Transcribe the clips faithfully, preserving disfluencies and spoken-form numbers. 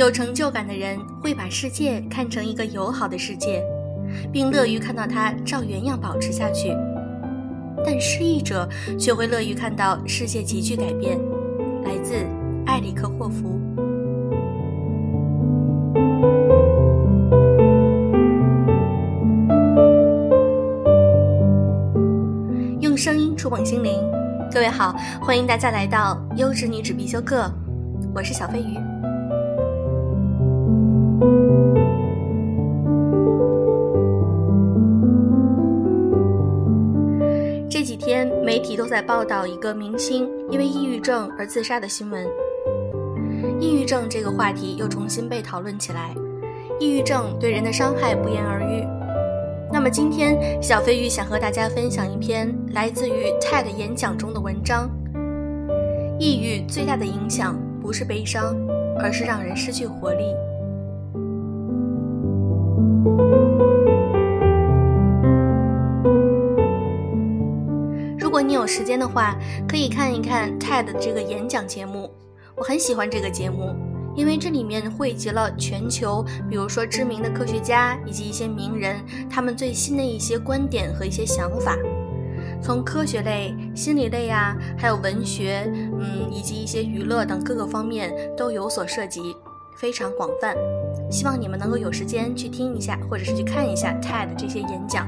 有成就感的人会把世界看成一个友好的世界，并乐于看到它照原样保持下去。但失意者却会乐于看到世界急剧改变。来自埃里克霍夫。用声音触碰心灵。各位好，欢迎大家来到优质女子必修课，我是小飞鱼。这几天媒体都在报道一个明星因为抑郁症而自杀的新闻。抑郁症这个话题又重新被讨论起来，抑郁症对人的伤害不言而喻。那么今天小飞鱼想和大家分享一篇来自于 T E D 演讲中的文章。抑郁最大的影响不是悲伤，而是让人失去活力。如果你有时间的话，可以看一看 T E D 这个演讲节目。我很喜欢这个节目，因为这里面汇集了全球比如说知名的科学家以及一些名人，他们最新的一些观点和一些想法，从科学类、心理类啊，还有文学，嗯，以及一些娱乐等各个方面都有所涉及，非常广泛。希望你们能够有时间去听一下，或者是去看一下 T E D 这些演讲。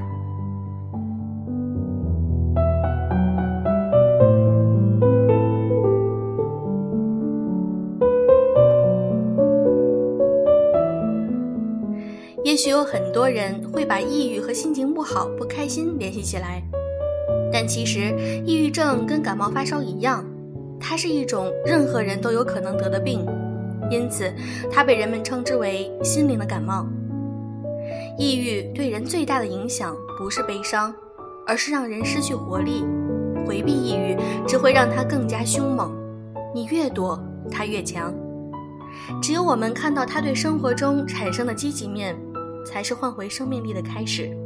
也许有很多人会把抑郁和心情不好、不开心联系起来，但其实抑郁症跟感冒发烧一样，它是一种任何人都有可能得的病，因此它被人们称之为心灵的感冒。抑郁对人最大的影响不是悲伤，而是让人失去活力。回避抑郁只会让它更加凶猛，你越躲它越强。只有我们看到它对生活中产生的积极面，才是换回生命力的开始。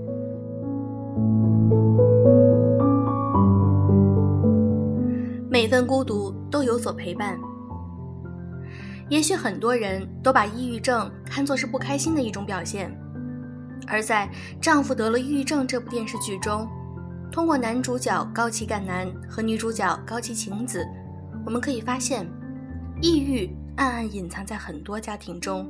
每份孤独都有所陪伴。也许很多人都把抑郁症看作是不开心的一种表现，而在《丈夫得了抑郁症》这部电视剧中，通过男主角高崎干男和女主角高崎晴子，我们可以发现，抑郁暗暗隐藏在很多家庭中。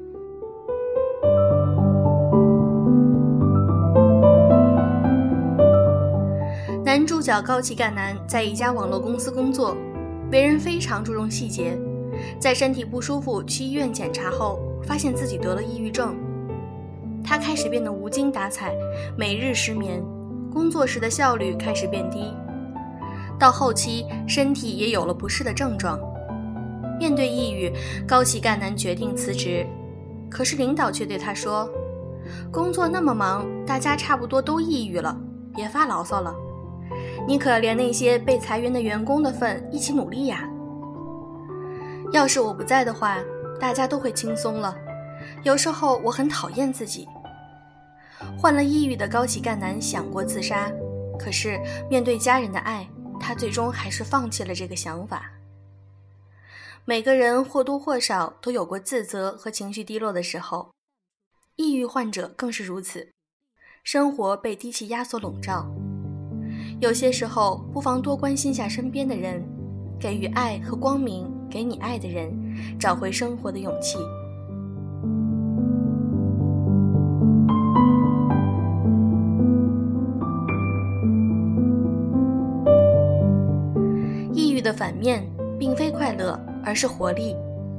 男主角高崎干男在一家网络公司工作，为人非常注重细节。在身体不舒服去医院检查后，发现自己得了抑郁症。他开始变得无精打采，每日失眠，工作时的效率开始变低。到后期，身体也有了不适的症状。面对抑郁，高崎干男决定辞职，可是领导却对他说：工作那么忙，大家差不多都抑郁了，别发牢骚了，你可连那些被裁员的员工的份一起努力呀。要是我不在的话，大家都会轻松了，有时候我很讨厌自己。患了抑郁的高崎干男想过自杀，可是面对家人的爱，他最终还是放弃了这个想法。每个人或多或少都有过自责和情绪低落的时候，抑郁患者更是如此。生活被低气压所笼罩，有些时候不妨多关心下身边的人，给予爱和光明给你爱的人，找回生活的勇气。抑郁的反面并非快乐，而是活力。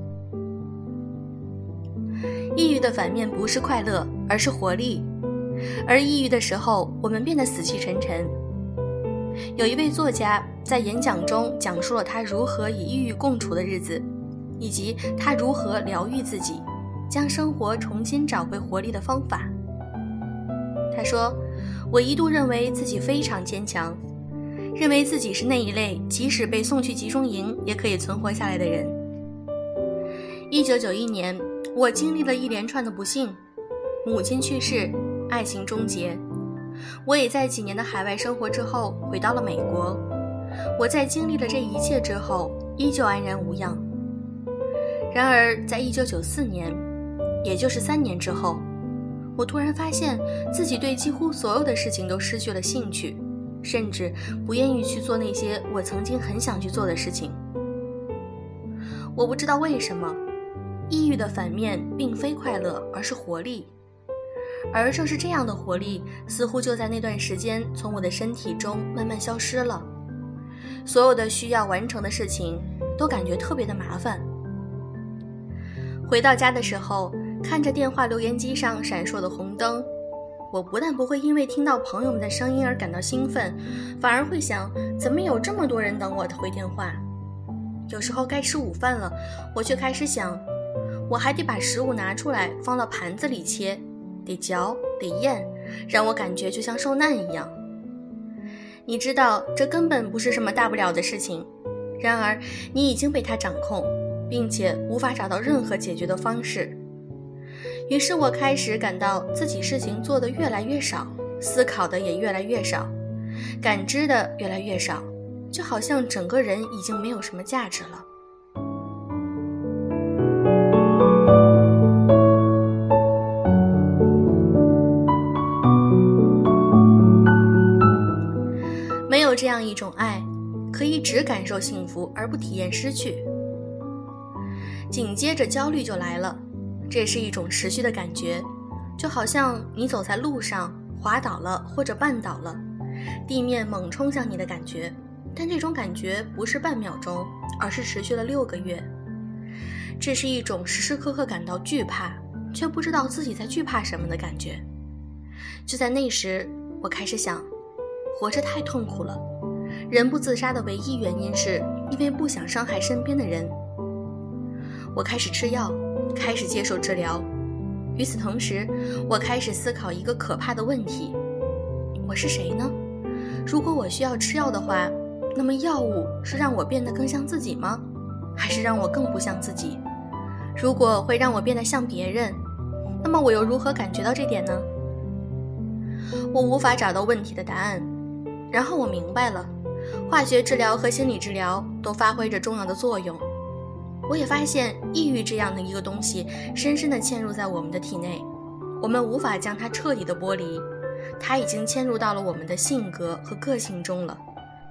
抑郁的反面不是快乐，而是活力。而抑郁的时候，我们变得死气沉沉。有一位作家在演讲中讲述了他如何与抑郁共处的日子，以及他如何疗愈自己，将生活重新找回活力的方法。他说：我一度认为自己非常坚强，认为自己是那一类即使被送去集中营也可以存活下来的人。一九九一年，我经历了一连串的不幸，母亲去世，爱情终结。我也在几年的海外生活之后回到了美国。我在经历了这一切之后，依旧安然无恙。 然而在一九九四年，也就是三年之后，我突然发现自己对几乎所有的事情都失去了兴趣，甚至不愿意去做那些我曾经很想去做的事情。我不知道为什么，抑郁的反面并非快乐，而是活力。而正是这样的活力，似乎就在那段时间从我的身体中慢慢消失了。所有的需要完成的事情都感觉特别的麻烦。回到家的时候，看着电话留言机上闪烁的红灯，我不但不会因为听到朋友们的声音而感到兴奋，反而会想，怎么有这么多人等我回电话。有时候该吃午饭了，我却开始想，我还得把食物拿出来放到盘子里切，得嚼得咽，让我感觉就像受难一样。你知道这根本不是什么大不了的事情，然而你已经被它掌控，并且无法找到任何解决的方式。于是我开始感到自己事情做得越来越少，思考的也越来越少，感知的越来越少，就好像整个人已经没有什么价值了。没有这样一种爱，可以只感受幸福而不体验失去。紧接着焦虑就来了，这是一种持续的感觉，就好像你走在路上滑倒了或者绊倒了，地面猛冲向你的感觉，但这种感觉不是半秒钟，而是持续了六个月。这是一种时时刻刻感到惧怕，却不知道自己在惧怕什么的感觉。就在那时，我开始想，活着太痛苦了，人不自杀的唯一原因是因为不想伤害身边的人。我开始吃药，开始接受治疗。与此同时，我开始思考一个可怕的问题：我是谁呢？如果我需要吃药的话，那么药物是让我变得更像自己吗？还是让我更不像自己？如果会让我变得像别人，那么我又如何感觉到这点呢？我无法找到问题的答案。然后我明白了，化学治疗和心理治疗都发挥着重要的作用。我也发现抑郁这样的一个东西深深地嵌入在我们的体内，我们无法将它彻底的剥离，它已经嵌入到了我们的性格和个性中了。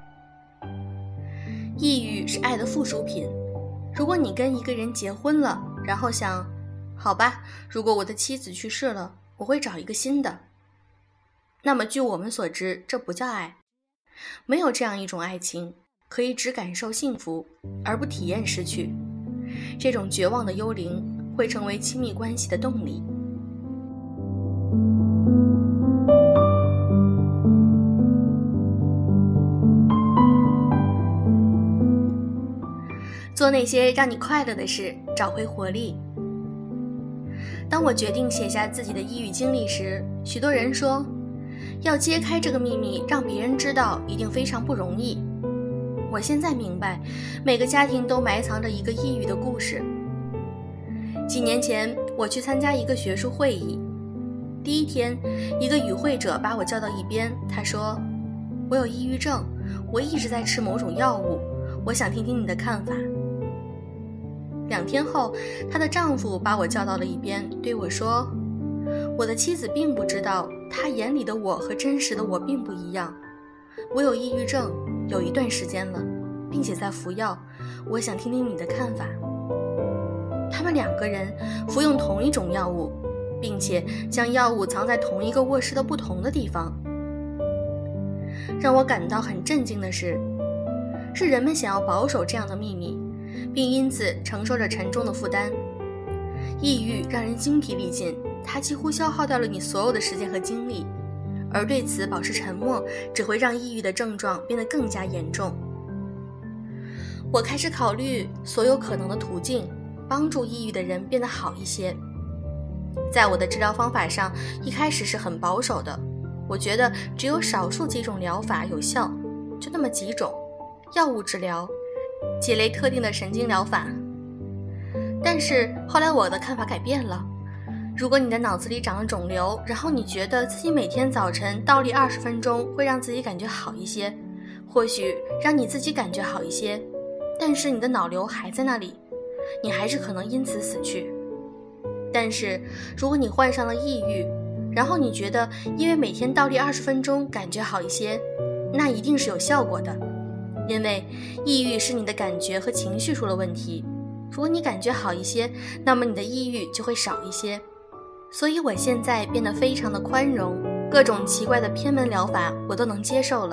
抑郁是爱的附属品。如果你跟一个人结婚了，然后想，好吧，如果我的妻子去世了，我会找一个新的，那么据我们所知，这不叫爱。没有这样一种爱情，可以只感受幸福而不体验失去。这种绝望的幽灵会成为亲密关系的动力。做那些让你快乐的事，找回活力。当我决定写下自己的抑郁经历时，许多人说，要揭开这个秘密，让别人知道一定非常不容易。我现在明白，每个家庭都埋藏着一个抑郁的故事。几年前，我去参加一个学术会议，第一天，一个与会者把我叫到一边，他说，我有抑郁症，我一直在吃某种药物，我想听听你的看法。两天后，她的丈夫把我叫到了一边，对我说，我的妻子并不知道，她眼里的我和真实的我并不一样。我有抑郁症，有一段时间了，并且在服药，我想听听你的看法。他们两个人服用同一种药物，并且将药物藏在同一个卧室的不同的地方。让我感到很震惊的是，是人们想要保守这样的秘密，并因此承受着沉重的负担。抑郁让人精疲力尽，它几乎消耗掉了你所有的时间和精力，而对此保持沉默，只会让抑郁的症状变得更加严重。我开始考虑所有可能的途径，帮助抑郁的人变得好一些。在我的治疗方法上，一开始是很保守的，我觉得只有少数几种疗法有效，就那么几种：药物治疗、几类特定的神经疗法。但是后来我的看法改变了。如果你的脑子里长了肿瘤，然后你觉得自己每天早晨倒立二十分钟会让自己感觉好一些，或许让你自己感觉好一些，但是你的脑瘤还在那里， 你还是可能因此死去。但是如果你患上了抑郁，然后你觉得因为每天倒立二十分钟感觉好一些，那一定是有效果的。因为抑郁是你的感觉和情绪出了问题，如果你感觉好一些，那么你的抑郁就会少一些。所以我现在变得非常的宽容，各种奇怪的偏门疗法我都能接受了。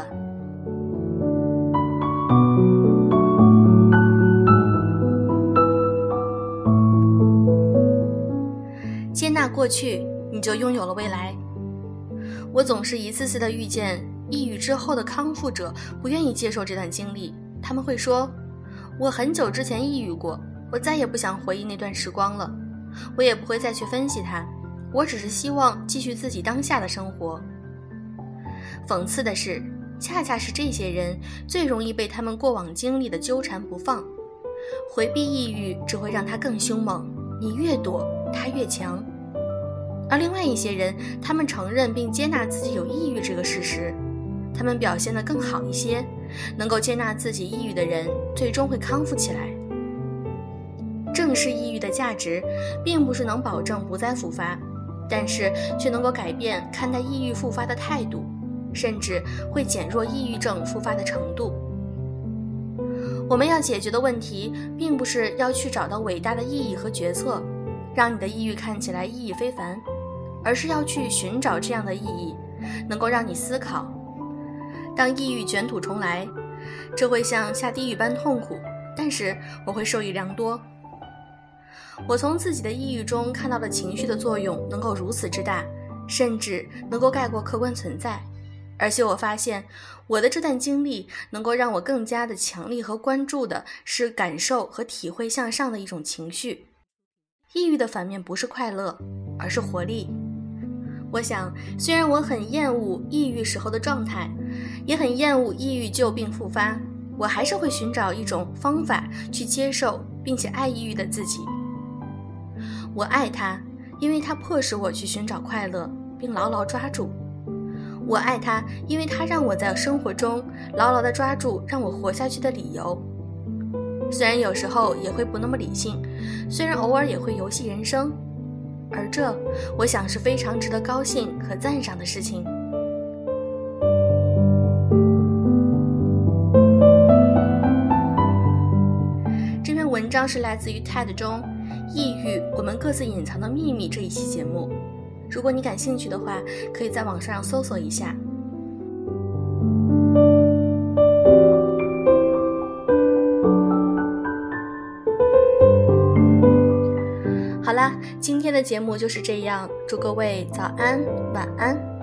接纳过去，你就拥有了未来。我总是一次次的遇见抑郁之后的康复者不愿意接受这段经历，他们会说，我很久之前抑郁过，我再也不想回忆那段时光了，我也不会再去分析它，我只是希望继续自己当下的生活。讽刺的是，恰恰是这些人最容易被他们过往经历的纠缠不放，回避抑郁只会让他更凶猛，你越躲他越强。而另外一些人，他们承认并接纳自己有抑郁这个事实，他们表现得更好一些，能够接纳自己抑郁的人最终会康复起来。正视抑郁的价值并不是能保证不再复发，但是却能够改变看待抑郁复发的态度，甚至会减弱抑郁症复发的程度。我们要解决的问题并不是要去找到伟大的意义和决策，让你的抑郁看起来意义非凡，而是要去寻找这样的意义，能够让你思考。当抑郁卷土重来，这会像下地狱般痛苦，但是我会受益良多。我从自己的抑郁中看到的情绪的作用能够如此之大，甚至能够盖过客观存在。而且我发现我的这段经历能够让我更加的强力和关注的是感受和体会向上的一种情绪。抑郁的反面不是快乐，而是活力。我想，虽然我很厌恶抑郁时候的状态，也很厌恶抑郁旧病复发，我还是会寻找一种方法去接受并且爱抑郁的自己。我爱它，因为它迫使我去寻找快乐，并牢牢抓住。我爱它，因为它让我在生活中牢牢地抓住让我活下去的理由。虽然有时候也会不那么理性，虽然偶尔也会游戏人生，而这我想是非常值得高兴和赞赏的事情。这篇文章是来自于 T E D 中抑郁我们各自隐藏的秘密这一期节目，如果你感兴趣的话，可以在网上搜索一下。好啦，今天的节目就是这样，祝各位早安晚安。